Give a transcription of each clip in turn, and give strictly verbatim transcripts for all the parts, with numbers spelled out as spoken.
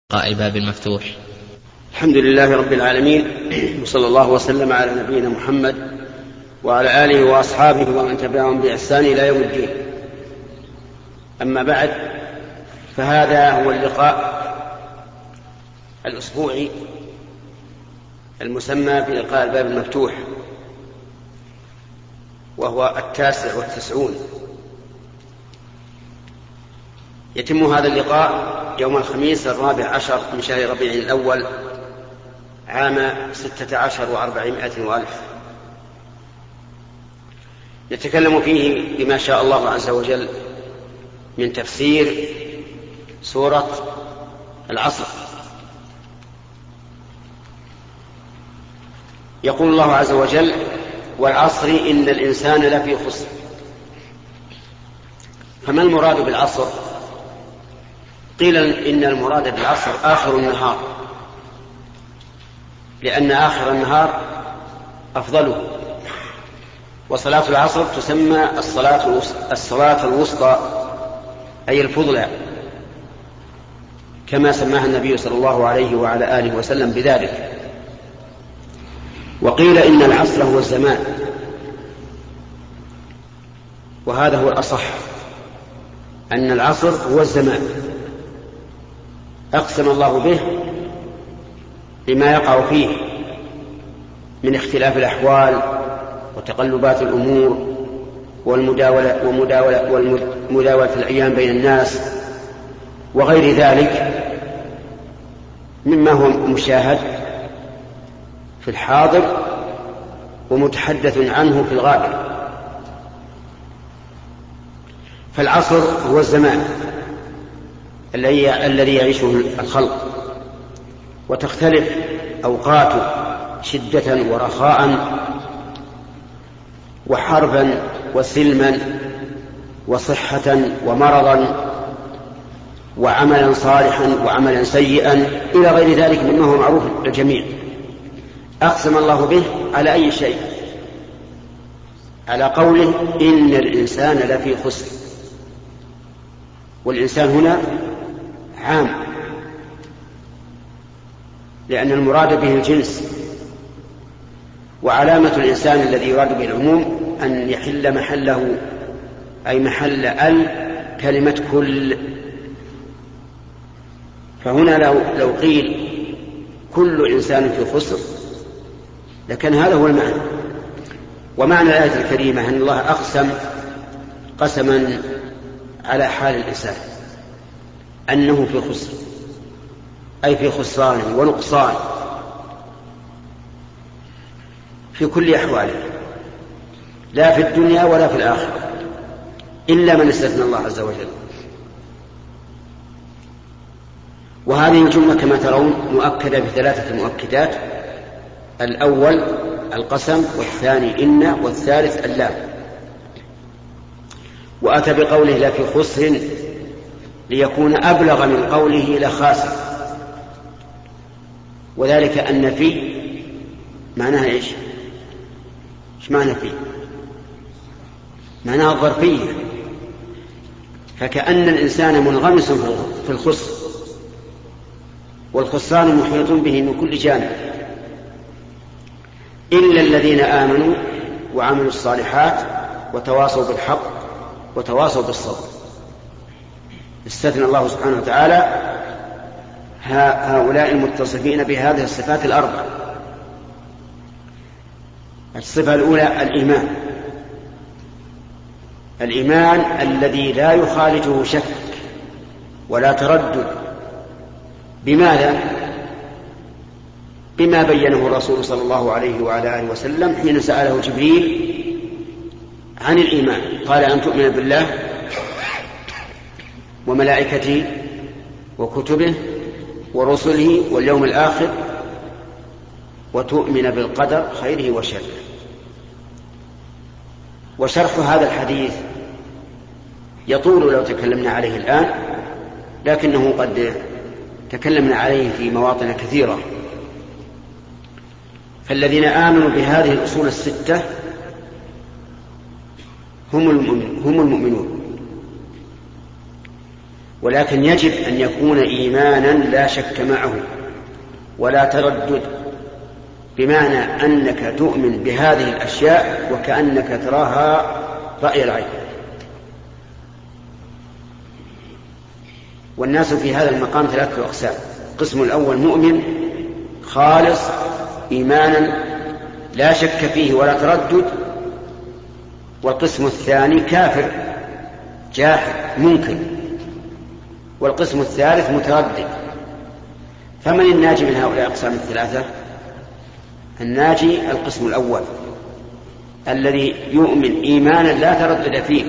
الباب المفتوح. الحمد لله رب العالمين، وصلى الله وسلم على نبينا محمد وعلى آله وأصحابه ومن تبعهم بإحسان إلى يوم الدين. أما بعد، فهذا هو اللقاء الأسبوعي المسمى بلقاء الباب المفتوح، وهو التاسع والتسعون. يتم هذا اللقاء يوم الخميس الرابع عشر من شهر ربيع الأول عام ستة عشر وأربعمائة وألف. نتكلم فيه بما شاء الله عز وجل من تفسير سورة العصر. يقول الله عز وجل: والعصر إن الإنسان لفي خسر. فما المراد بالعصر؟ قيل إن المراد بالعصر آخر النهار، لأن آخر النهار أفضله، وصلاة العصر تسمى الصلاة الصلاة الوسطى أي الفضلى، كما سماها النبي صلى الله عليه وعلى آله وسلم بذلك. وقيل إن العصر هو الزمان، وهذا هو الأصح، أن العصر هو الزمان أقسم الله به لما يقع فيه من اختلاف الأحوال وتقلبات الأمور والمداولة ومداولة والمداولة الأيام بين الناس وغير ذلك مما هو مشاهد في الحاضر ومتحدث عنه في الغائب. فالعصر هو الزمان الذي يعيشه الخلق، وتختلف أوقاته شدة ورخاء وحربا وسلما وصحة ومرضا وعملا صالحا وعملا سيئا إلى غير ذلك مما هو معروف للجميع. أقسم الله به على أي شيء؟ على قوله إن الإنسان لفي خسر، والإنسان هنا عام، لأن المراد به الجنس، وعلامة الإنسان الذي يراد به العموم أن يحل محله أي محل ال كلمة كل. فهنا لو, لو قيل كل إنسان في خسر لكن هذا هو المعنى. ومعنى الآية الكريمة أن الله أقسم قسما على حال الإنسان أنه في خسر، أي في خسران ونقصان في كل أحواله، لا في الدنيا ولا في الآخرة، إلا من استثنى الله عز وجل. وهذه الجملة كما ترون مؤكدة بثلاثة مؤكدات: الأول القسم، والثاني إن، والثالث اللام. وأتى بقوله لا في خسر ليكون أبلغ من قوله لخاسر، وذلك أن في معناها إيش؟ إيش معنى في؟ معناها الظرفية، فكأن الإنسان منغمس في الخسر، والخسران محيط به من كل جانب، إلا الذين آمنوا وعملوا الصالحات وتواصوا بالحق وتواصوا بالصبر. استثنى الله سبحانه وتعالى هؤلاء المتصفين بهذه الصفات الأربع. الصفة الأولى الإيمان، الإيمان الذي لا يخالجه شك ولا تردد. بماذا؟ بما بينه الرسول صلى الله عليه وعلى آله وسلم حين سأله جبريل عن الإيمان، قال: أن تؤمن بالله وملائكته وكتبه ورسله واليوم الآخر وتؤمن بالقدر خيره وشره. وشرح هذا الحديث يطول لو تكلمنا عليه الآن، لكنه قد تكلمنا عليه في مواطن كثيرة. فالذين آمنوا بهذه الأصول الستة هم المؤمنون. ولكن يجب أن يكون إيمانا لا شك معه ولا تردد، بمعنى أنك تؤمن بهذه الأشياء وكأنك تراها رأي العين. والناس في هذا المقام ثلاثة أقسام: القسم الأول مؤمن خالص إيمانا لا شك فيه ولا تردد، والقسم الثاني كافر جاحد منكر، والقسم الثالث متردد. فمن الناجي من هؤلاء الأقسام الثلاثة؟ الناجي القسم الأول الذي يؤمن إيمانا لا تردد فيه،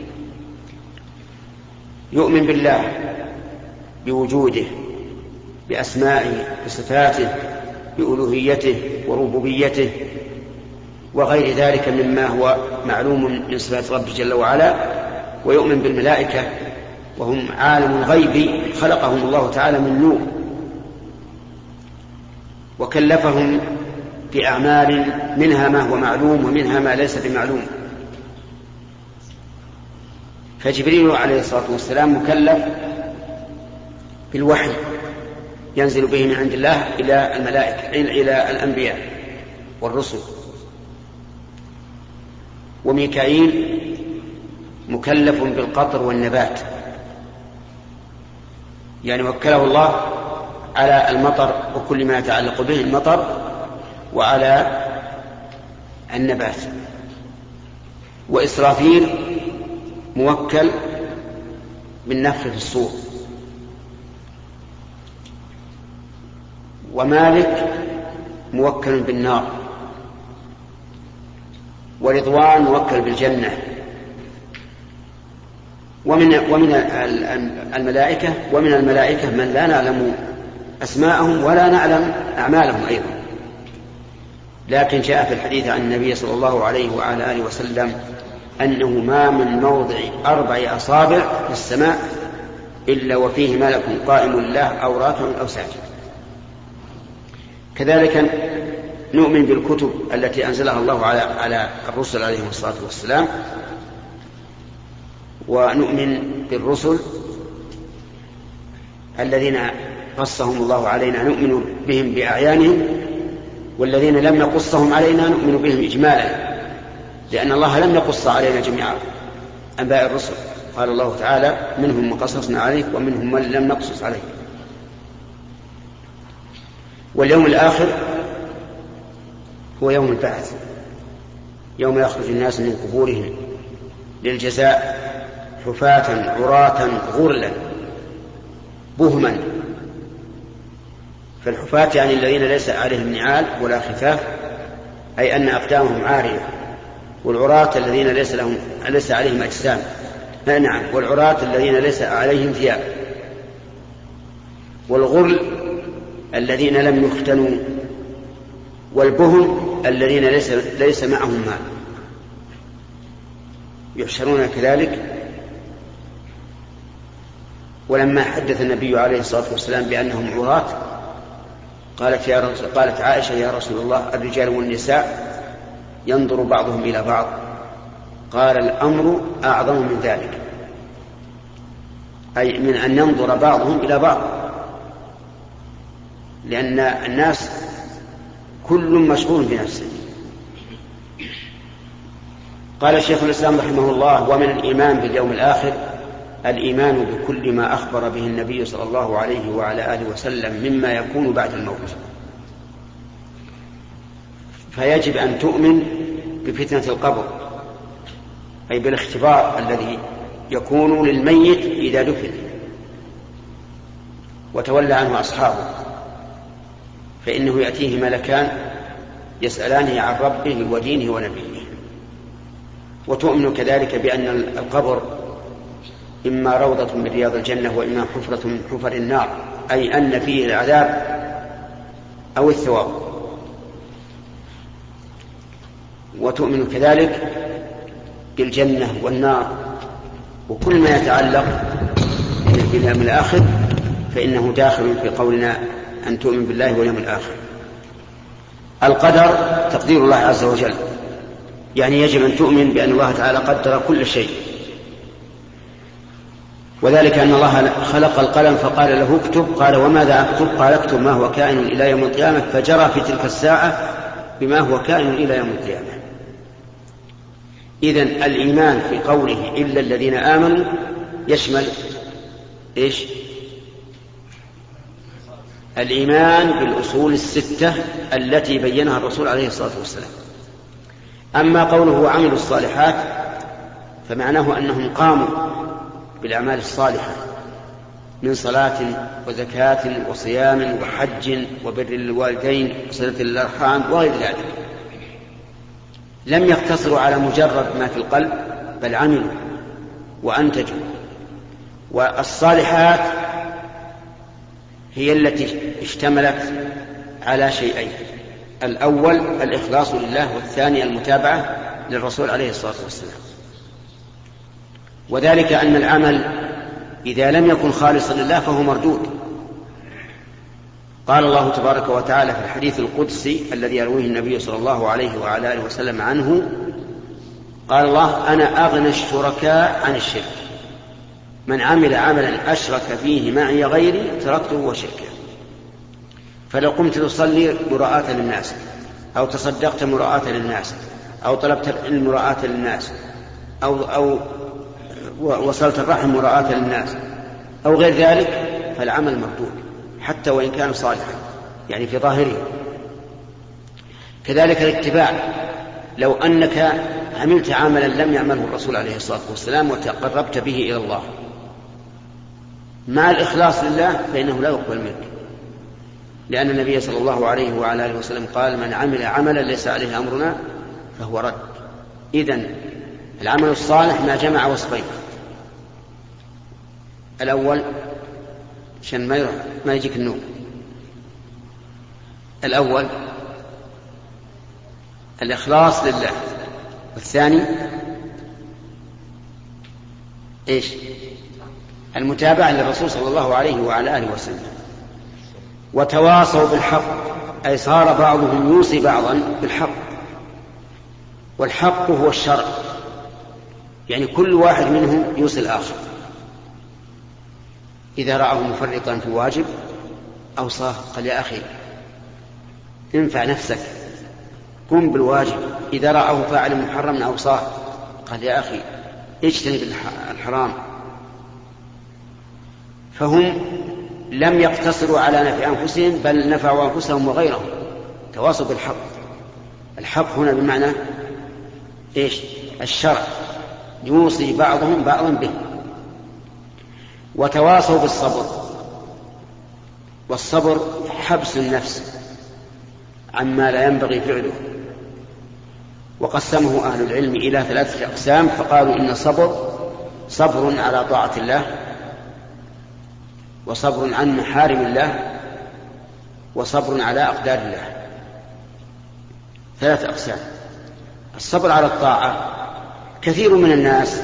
يؤمن بالله بوجوده بأسمائه بصفاته بألوهيته وربوبيته وغير ذلك مما هو معلوم من صفات ربه جل وعلا، ويؤمن بالملائكة وهم عالم غيبي خلقهم الله تعالى من نور وكلفهم بأعمال منها ما هو معلوم ومنها ما ليس بمعلوم. فجبريل عليه الصلاة والسلام مكلف بالوحي ينزل به من عند الله إلى الملائكة إلى الأنبياء والرسل، وميكائيل مكلف بالقطر والنبات، يعني وكله الله على المطر وكل ما يتعلق به المطر وعلى النبات. وإسرافيل موكل بالنفخ في الصور. ومالك موكل بالنار. ورضوان موكل بالجنة. ومن ومن الملائكة ومن الملائكة من لا نعلم أسماءهم ولا نعلم أعمالهم أيضا، لكن جاء في الحديث عن النبي صلى الله عليه وعلى آله وسلم أنه ما من موضع أربع أصابع في السماء إلا وفيه ملك قائم لله أو راكع أو ساجد. كذلك نؤمن بالكتب التي أنزلها الله على على الرسل عليهم الصلاة والسلام، ونؤمن بالرسل الذين قصهم الله علينا نؤمن بهم بأعيانهم، والذين لم نقصهم علينا نؤمن بهم إجمالا، لأن الله لم يقص علينا جميع أنباء الرسل. قال الله تعالى: منهم من قصصنا عليك ومنهم من لم نقصص عليك. واليوم الآخر هو يوم البعث، يوم يخرج الناس من قبورهم للجزاء حفاة عراة غرلا بهما. فالحفاة يعني الذين ليس عليهم نعال ولا خفاف، أي أن أقدامهم عارية. والعراة الذين ليس لهم ليس عليهم أجسام، نعم، والعراة الذين ليس عليهم ثياب. والغرل الذين لم يختنوا. والبهم الذين ليس ليس معهم مال. يحشرون كذلك. ولما حدث النبي عليه الصلاة والسلام بأنهم عراة قالت يا رسول قالت عائشة: يا رسول الله، الرجال والنساء ينظر بعضهم إلى بعض. قال: الأمر أعظم من ذلك، أي من أن ينظر بعضهم إلى بعض، لأن الناس كل مشغول بنفسه. قال الشيخ الإسلام رحمه الله: ومن الإيمان باليوم الآخر الإيمان بكل ما أخبر به النبي صلى الله عليه وعلى آله وسلم مما يكون بعد الموت. فيجب أن تؤمن بفتنة القبر، أي بالاختبار الذي يكون للميت إذا دفن وتولى عنه أصحابه، فإنه يأتيه ملكان يسألانه عن ربه ودينه ونبيه. وتؤمن كذلك بأن القبر إما روضة من رياض الجنة وإما حفرة من حفر النار، أي أن فيه العذاب أو الثواب. وتؤمن كذلك بالجنة والنار وكل ما يتعلق باليوم الآخر، فإنه داخل في قولنا أن تؤمن بالله واليوم الآخر. القدر تقدير الله عز وجل، يعني يجب أن تؤمن بأن الله تعالى قدر كل شيء، وذلك أن الله خلق القلم فقال له اكتب، قال وماذا أكتب؟ قال اكتب ما هو كائن إلى يوم القيامة، فجرى في تلك الساعة بما هو كائن إلى يوم القيامة. إذن الإيمان في قوله إلا الذين آمنوا يشمل إيش؟ الإيمان بالأصول الستة التي بينها الرسول عليه الصلاة والسلام. أما قوله عملوا الصالحات فمعناه أنهم قاموا بالأعمال الصالحة من صلاة وزكاة وصيام وحج وبر الوالدين وصلة الأرحام وغير ذلك، لم يقتصروا على مجرد ما في القلب بل عملوا وأنتجوا. والصالحات هي التي اشتملت على شيئين: الأول الإخلاص لله، والثاني المتابعة للرسول عليه الصلاة والسلام. وذلك أن العمل إذا لم يكن خالصا لله فهو مردود. قال الله تبارك وتعالى في الحديث القدسي الذي يرويه النبي صلى الله عليه وعلى آله وسلم عنه، قال الله: أنا أغنى الشركاء عن الشرك، من عمل عملا أشرك فيه معي غيري تركته وشركه. فلو قمت تصلي مراءة للناس، أو تصدقت مراءة للناس، أو طلبت المراءة للناس، أو, أو وصلت الرحم مراءة للناس، أو غير ذلك، فالعمل مردود حتى وإن كان صالحا، يعني في ظاهره. كذلك الاتباع، لو أنك عملت عملا لم يعمله الرسول عليه الصلاة والسلام وتقربت به إلى الله مع الإخلاص لله فإنه لا يقبل منك، لأن النبي صلى الله عليه وعلى آله وسلم قال: من عمل عملا ليس عليه أمرنا فهو رد. إذن العمل الصالح ما جمع وصفين: الأول عشان ما ما يجيك النوم، الأول الإخلاص لله، والثاني إيش؟ المتابعة للرسول صلى الله عليه وعلى آله وسلم. وتواصوا بالحق، أي صار بعضهم يوصي بعضا بالحق، والحق هو الشرع، يعني كل واحد منهم يوصي الآخر. إذا رأه مفرطا في واجب أوصاه، قال: يا أخي انفع نفسك، قم بالواجب. إذا رأه فاعل محرم أوصاه، قال: يا أخي اجتنب الحرام. فهم لم يقتصروا على نفع أنفسهم بل نفعوا أنفسهم وغيرهم، تواصوا بالحق. الحق هنا بمعنى إيش؟ الشرع، يوصي بعضهم بعضا به. وتواصوا بالصبر، والصبر حبس النفس عما لا ينبغي فعله. وقسمه أهل العلم إلى ثلاثة أقسام، فقالوا إن صبر صبر على طاعة الله، وصبر عن محارم الله، وصبر على أقدار الله. ثلاثة أقسام. الصبر على الطاعة، كثير من الناس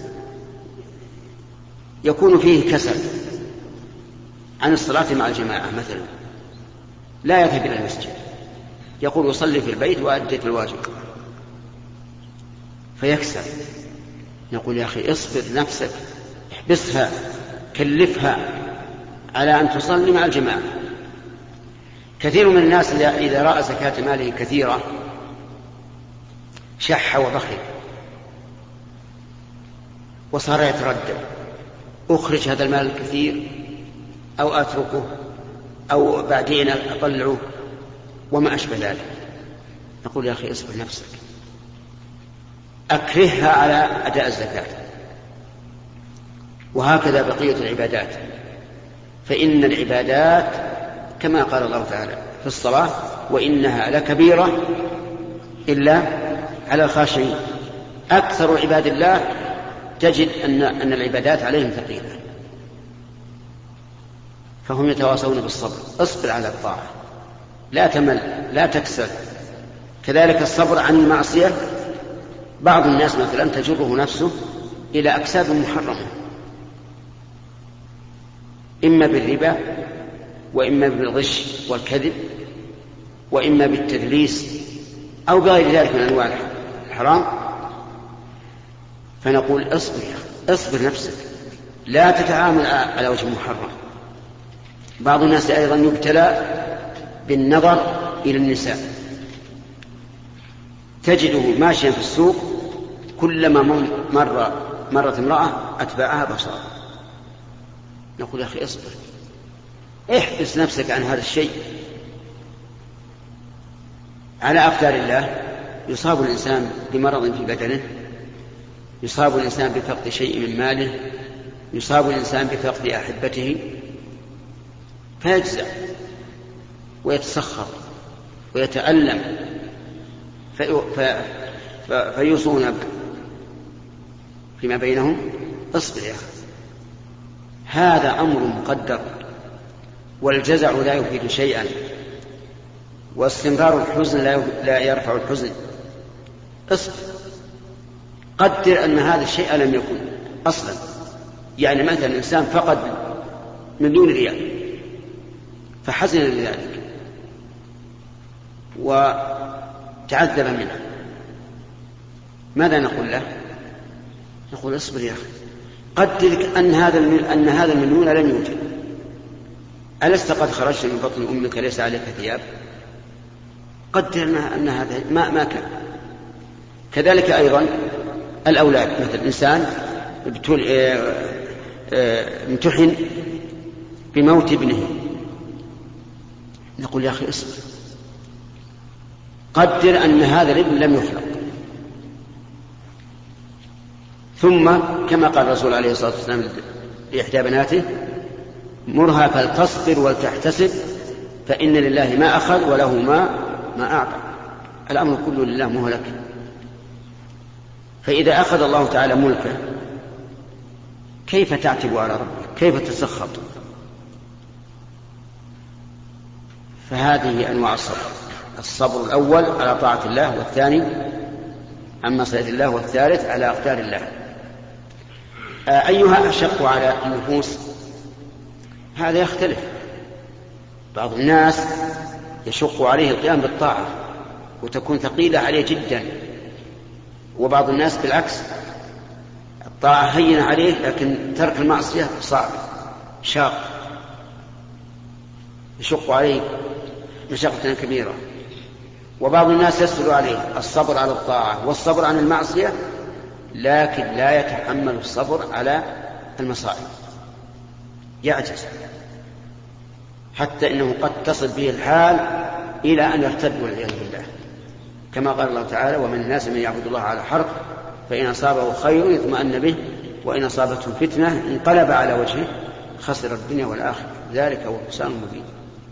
يكون فيه كسل عن الصلاة مع الجماعة مثلا، لا يذهب إلى المسجد، يقول: يصلي في البيت وأديت الواجب، فيكسل. نقول: يا أخي اصبر نفسك، احبسها، كلفها على أن تصلي مع الجماعة. كثير من الناس إذا رأى زكاة ماله كثيرة شح وبخل، وصار يتردد: أخرج هذا المال الكثير أو أتركه أو بعدين أطلعه وما أشبه ذلك. نقول: يا أخي اصبر نفسك، أكرهها على أداء الزكاة. وهكذا بقية العبادات، فإن العبادات كما قال الله تعالى في الصلاة: وإنها لكبيرة إلا على الخاشعين. أكثر عباد الله تجد أن, أن العبادات عليهم ثقيلة، فهم يتواصون بالصبر. اصبر على الطاعة، لا تمل، لا تكسل. كذلك الصبر عن المعصية، بعض الناس مثلا تجره نفسه إلى أكساب محرمة، إما بالربا، وإما بالغش والكذب، وإما بالتدليس، أو بغير ذلك من أنواع الحرام. فنقول: اصبر اصبر نفسك، لا تتعامل على وجه محرم. بعض الناس أيضا يبتلى بالنظر إلى النساء، تجده ماشيا في السوق كلما مر مرت امرأة أتبعها بصر. نقول يا أخي اصبر، احبس نفسك عن هذا الشيء. على أقدار الله يصاب الإنسان بمرض في بدنه، يصاب الإنسان بفقد شيء من ماله، يصاب الإنسان بفقد أحبته، فيجزع ويتسخط ويتألم في في فيوصون فيما بينهم اصبر يا أخي، هذا أمر مقدر، والجزع لا يفيد شيئا، واستمرار الحزن لا يرفع الحزن. اصبر، قدر أن هذا الشيء لم يكن أصلا. يعني مثلا الإنسان فقد مليون ريال فحزن لذلك وتعذب منه، ماذا نقول له؟ نقول اصبر يا أخي، قدر أن هذا أن هذا المليون لم يوجد. ألست قد خرجت من بطن أمك ليس عليك ثياب؟ قدر أن هذا ما ما كان. كذلك أيضا الأولاد، مثل الإنسان امتحن بموت ابنه، نقول يا أخي اصبر، قدر أن هذا الابن لم يخلق. ثم كما قال الرسول عليه الصلاة والسلام لإحدى بناته: مرها فلتصبر ولتحتسب فإن لله ما أخذ وله ما ما أعطى. الأمر كله لله مهلك. فإذا أخذ الله تعالى ملكه كيف تعتب على ربك؟ كيف تسخط؟ فهذه أنواع الصبر: الصبر الأول على طاعة الله، والثاني عن معصية الله، والثالث على أقدار الله. أيها أشق على النفوس؟ هذا يختلف. بعض الناس يشق عليه القيام بالطاعة وتكون ثقيلة عليه جدا، وبعض الناس بالعكس، الطاعة هينة عليه لكن ترك المعصية صعب شاق، يشق عليه مشقة كبيرة. وبعض الناس يسهل عليه الصبر على الطاعة والصبر عن المعصية، لكن لا يتحمل الصبر على المصائب، يعجز، حتى إنه قد تصل به الحال إلى أن يرتد والعياذ بالله، كما قال الله تعالى: ومن الناس من يعبد الله على حرف فإن أصابه خير اطمأن به وإن أصابته فتنة انقلب على وجهه خسر الدنيا والآخرة ذلك هو الخسران المبين.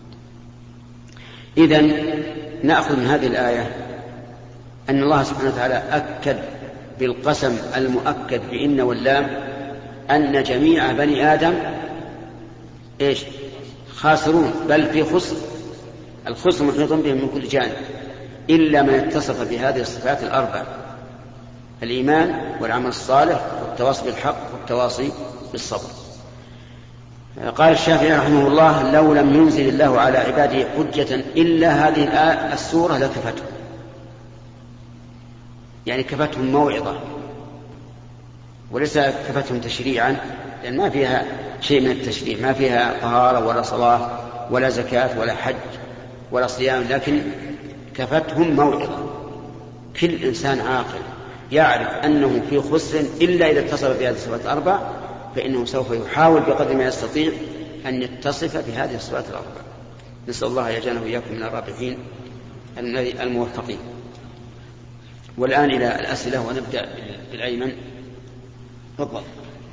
إذن نأخذ من هذه الآية أن الله سبحانه وتعالى أكد بالقسم المؤكد بإن واللام أن جميع بني آدم إيش؟ خاسرون، بل في خسر، الخسر محيط بهم من كل جانب، إلا من اتصف بهذه الصفات الأربع: الإيمان والعمل الصالح والتواصي بالحق والتواصي بالصبر. قال الشافعي رحمه الله: لو لم ينزل الله على عباده حجة إلا هذه السورة لكفتهم، يعني كفتهم موعظة وليس كفتهم تشريعا، لأن ما فيها شيء من التشريع، ما فيها طهارة ولا صلاة ولا زكاة ولا حج ولا صيام، لكن كفتهم موعظة. كل إنسان عاقل يعرف أنه في خسر إلا إذا اتصف بهذه الصفات الأربع، فإنه سوف يحاول بقدر ما يستطيع أن يتصف بهذه الصفات الأربع. نسأل الله يجعلنا وإياكم من الرابحين الموفقين. والآن إلى الأسئلة، ونبدأ بالأيمن. تفضل.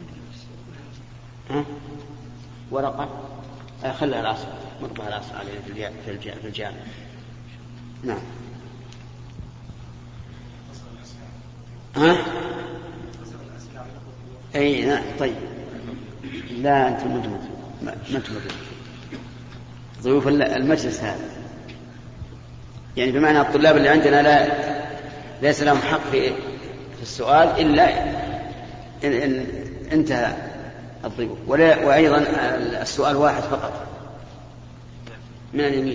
ها؟ ورقة خلها العصر، مطبع العصر علينا في الجامع. نعم. ها؟ أي نعم. طيب، لا أنتم مدمر ما أنتم مدمر ضيوف المجلس هذا، يعني بمعنى الطلاب اللي عندنا لا ليس لهم حق في في السؤال إلا إن, إن انتهى الضيوف، وأيضا السؤال واحد فقط من اليمين.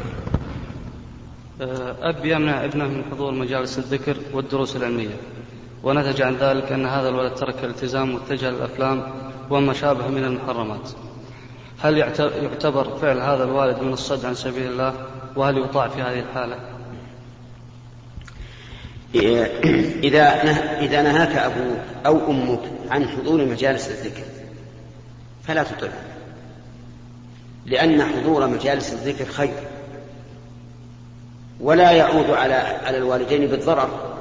أب يمنع ابنه من حضور مجالس الذكر والدروس العلمية، ونتج عن ذلك أن هذا الولد ترك الالتزام واتجه للأفلام وما شابه من المحرمات، هل يعتبر فعل هذا الوالد من الصد عن سبيل الله؟ وهل يطاع في هذه الحالة؟ إذا إذا نهاك أبوك أو أمك عن حضور مجالس الذكر فلا تطعه، لأن حضور مجالس الذكر خير ولا يعود على على الوالدين بالضرر،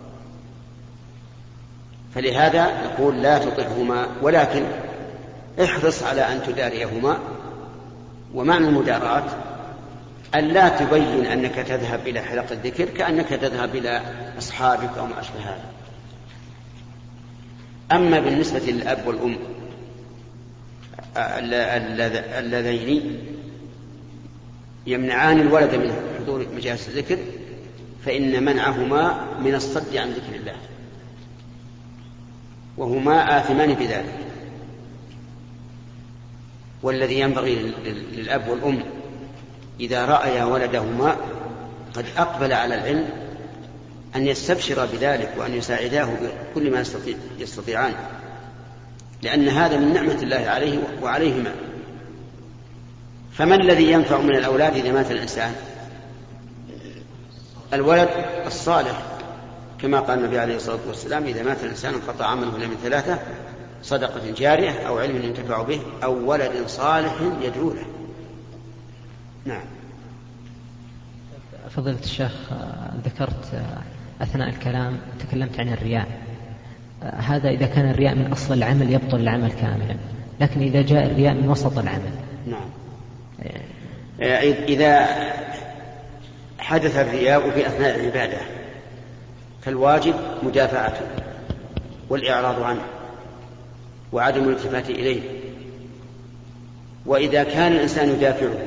فلهذا نقول لا تطعهما، ولكن احرص على أن تداريهما. ومعنى المداراة أن لا تبين أنك تذهب إلى حلقة الذكر كأنك تذهب إلى أصحابك أو ما أشبه هذا. أما بالنسبة للأب والأم اللذين يمنعان الولد من حضور مجالس الذكر فإن منعهما من الصد عن ذكر الله، وهما آثمان بذلك. والذي ينبغي للأب والأم إذا رأيا ولدهما قد أقبل على العلم أن يستبشر بذلك وأن يساعداه بكل ما يستطيعان، لأن هذا من نعمة الله عليه وعليهما. فما الذي ينفع من الأولاد إذا مات الإنسان؟ الولد الصالح، كما قال النبي عليه الصلاة والسلام: إذا مات الإنسان انقطع عمله إلا من ثلاثة: صدقة جارية أو علم ينتفع به أو ولد صالح يدعو له. نعم. فضيلة الشيخ، ذكرت أثناء الكلام تكلمت عن الرياء، هذا إذا كان الرياء من أصل العمل يبطل العمل كاملا، لكن إذا جاء الرياء من وسط العمل. نعم. إذا حدث الرياء في أثناء العبادة فالواجب مدافعته والإعراض عنه وعدم الالتفات إليه. وإذا كان الإنسان يدافعه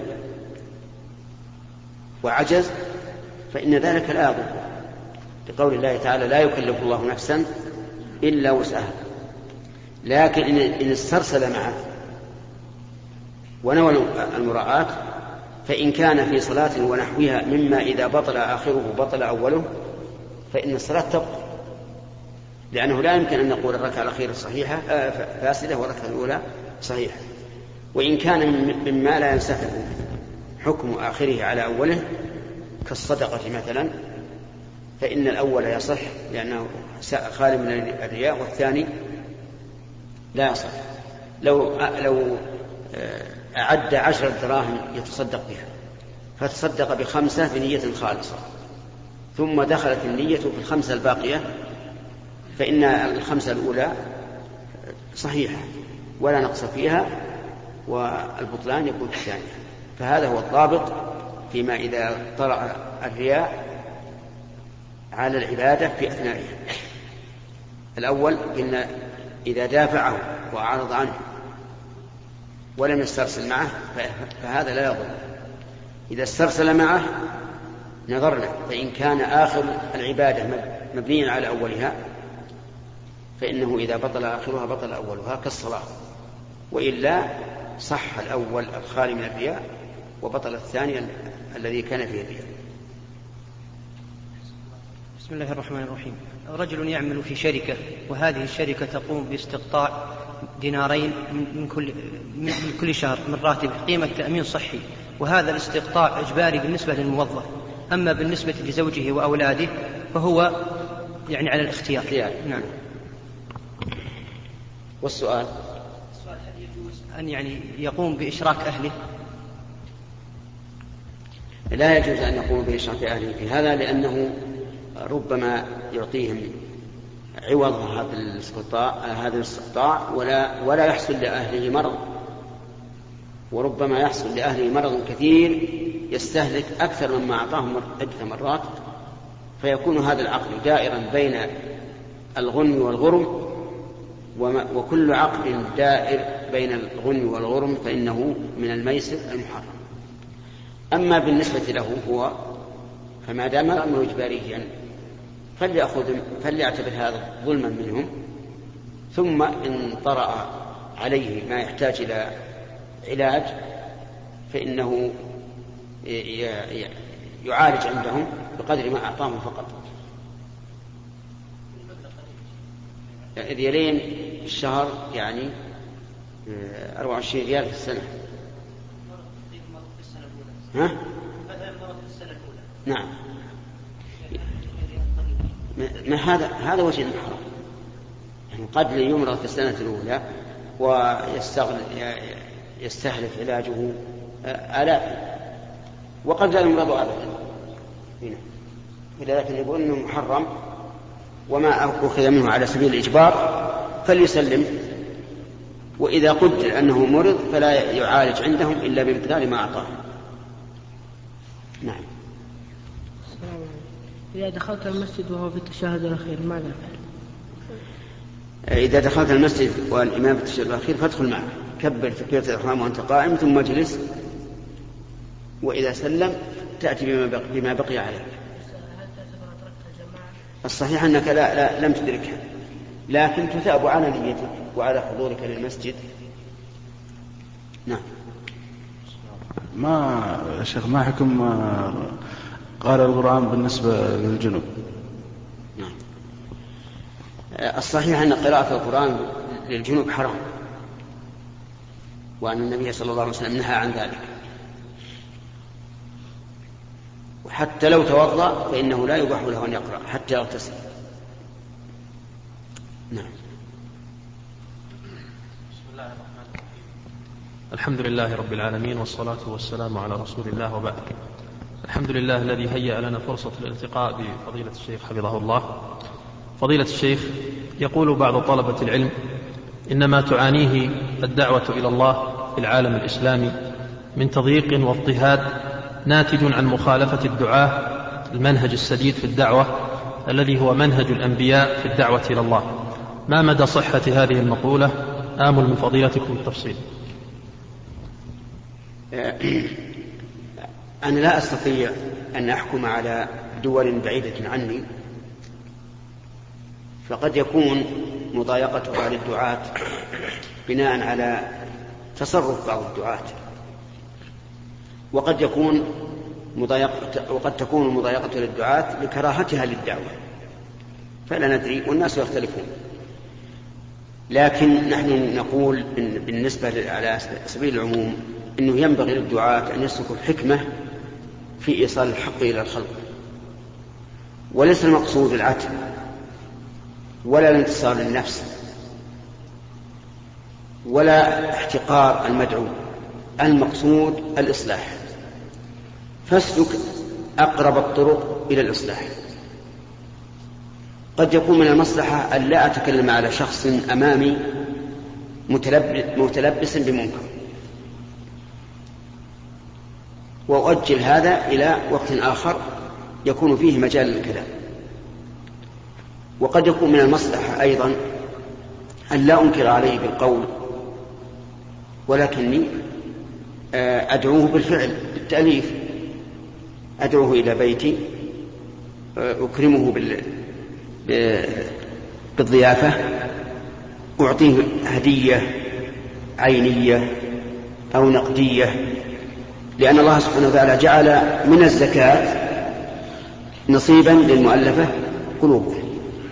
وعجز فإن ذلك لا يضر، لقول الله تعالى: لا يكلف الله نفسا إلا وسعها. لكن إن استرسل معه ونوى المراءة فإن كان في صلاة ونحوها مما إذا بطل آخره بطل أوله فإن الصلاة تبطل، لأنه لا يمكن أن نقول الركعة الأخيرة صحيحة فاسدة والركعة الأولى صحيحة. وإن كان مما لا ينسحب حكم آخره على أوله كالصدقة مثلا فإن الأول يصح لأنه خالي من الرياء، والثاني لا يصح. لو لو أعد عشرة دراهم يتصدق بها فتصدق بخمسة بنية خالصة ثم دخلت النية في الخمسة الباقية فإن الخمسة الأولى صحيحة ولا نقص فيها والبطلان يكون في الثانية. فهذا هو الضابط فيما إذا طرأ الرياء على العبادة في أثنائها. الأول قلنا إذا دافعه وأعرض عنه ولم يسترسل معه فهذا لا يضر. إذا استرسل معه نظرنا، فإن كان آخر العبادة مبنيا على أولها فإنه إذا بطل آخرها بطل أولها كالصلاة، وإلا صح الأول الخالي من الرياء وبطل الثاني الذي كان فيه الرياء. بسم الله الرحمن الرحيم. رجل يعمل في شركة وهذه الشركة تقوم باستقطاع دينارين من كل, من كل شهر من راتب قيمة تأمين صحي، وهذا الاستقطاع إجباري بالنسبة للموظف، أما بالنسبة لزوجه وأولاده فهو يعني على الاختيار. نعم. والسؤال السؤال هل يجوز أن يعني يقوم بإشراك أهله؟ لا يجوز أن يقوم بإشراك أهله في هذا، لأنه ربما يعطيهم عوض هذا الاستقطاع هذا الاستقطاع ولا ولا يحصل لأهله مرض، وربما يحصل لأهله مرض كثير يستهلك أكثر مما أعطاهم عدة مرات، فيكون هذا العقد دائرا بين الغنم والغرم، وكل عقد دائر بين الغنم والغرم فإنه من الميسر المحرم. أما بالنسبة له هو فما دام الأمر إجباريا فليأخذ فليعتبر هذا ظلما منهم، ثم إن طرأ عليه ما يحتاج إلى علاج فإنه يعالج عندهم بقدر ما أعطاهم فقط. ريالين في الشهر يعني أربعة وعشرين ريال في السنة. ها؟ نعم. ما هذا هذا وجه الحرام، يعني قد يمرض في السنة الأولى ويستهلك علاجه آلاف، وقد لا يمرض أبدا هنا، ولكن يقول أنه محرم وما أخذ منه على سبيل الإجبار فليسلم، وإذا قدر أنه مرض فلا يعالج عندهم إلا بمقدار ما أعطاه. نعم. إذا دخلت المسجد وهو في التشهد الأخير ماذا فعل؟ إذا دخلت المسجد والإمام في التشهد الأخير فادخل معه، كبر تكبيرة الإحرام وأنت قائم ثم اجلس، وإذا سلم تأتي بما بقي, بما بقي عليك. الصحيح أنك لا, لا لم تدركها، لكن تثاب على نيتك وعلى حضورك للمسجد. نعم. ما يا شيخ ما حكم قارئ القرآن بالنسبة للجنوب؟ نعم. الصحيح أن قراءة القرآن للجنوب حرام، وأن النبي صلى الله عليه وسلم نهى عن ذلك، وحتى لو توضأ فإنه لا يباح له أن يقرأ حتى يغتسل. نعم. الحمد لله رب العالمين، والصلاة والسلام على رسول الله، وبعد. الحمد لله الذي هيأ لنا فرصة الالتقاء بفضيلة الشيخ حفظه الله. فضيلة الشيخ، يقول بعض طلبة العلم إن ما تعانيه الدعوة إلى الله في العالم الإسلامي من تضييق واضطهاد ناتج عن مخالفة الدعاة المنهج السديد في الدعوة الذي هو منهج الأنبياء في الدعوة إلى الله. ما مدى صحة هذه المقولة؟ آمل من فضيلتكم التفصيل. أنا لا أستطيع أن أحكم على دول بعيدة عني، فقد يكون مضايقتها للدعاة بناء على تصرف بعض الدعاة، وقد يكون مضايقة وقد تكون المضايقة للدعاة لكراهتها للدعوة، فلا ندري والناس يختلفون. لكن نحن نقول إن بالنسبة على سبيل العموم أنه ينبغي للدعاة أن يسلكوا الحكمة في إيصال الحق إلى الخلق، وليس المقصود العتب ولا الانتصار للنفس ولا احتقار المدعو، المقصود الإصلاح، فاسلك أقرب الطرق إلى الإصلاح. قد يكون من المصلحة أن لا أتكلم على شخص أمامي متلبس بمنكر، وأؤجل هذا إلى وقت آخر يكون فيه مجال للكلام. وقد يكون من المصلحة أيضا أن لا أنكر عليه بالقول، ولكني أدعوه بالفعل بالتأليف، أدعوه إلى بيتي، أكرمه بالضيافة، أعطيه هدية عينية أو نقدية، لأن الله سبحانه وتعالى جعل من الزكاة نصيبا للمؤلفة قلوبهم.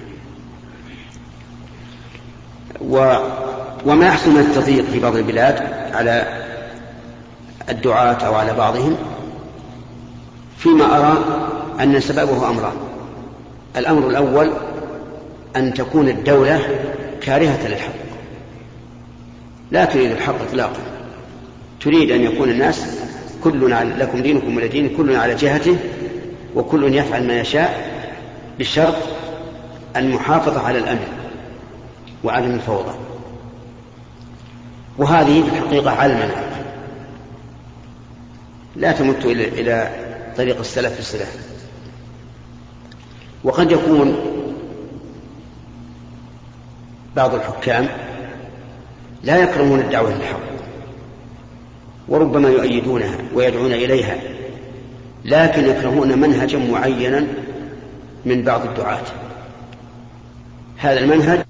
و وما يحصل من التضييق في بعض البلاد على الدعاة أو على بعضهم فيما أرى أن سببه أمران. الأمر الأول أن تكون الدولة كارهة للحق، لا تريد الحق إطلاقا، تريد أن يكون الناس كل لكم دينكم ولا دين، كل على جهته وكل يفعل ما يشاء، بشرط المحافظة على الأمن وعدم الفوضى. وهذه في الحقيقة على المنهج، لا تمت إلى طريق السلف في السلف. وقد يكون بعض الحكام لا يكرمون الدعوة للحق، وربما يؤيدونها ويدعون إليها، لكن يكرهون منهجا معينا من بعض الدعاة. هذا المنهج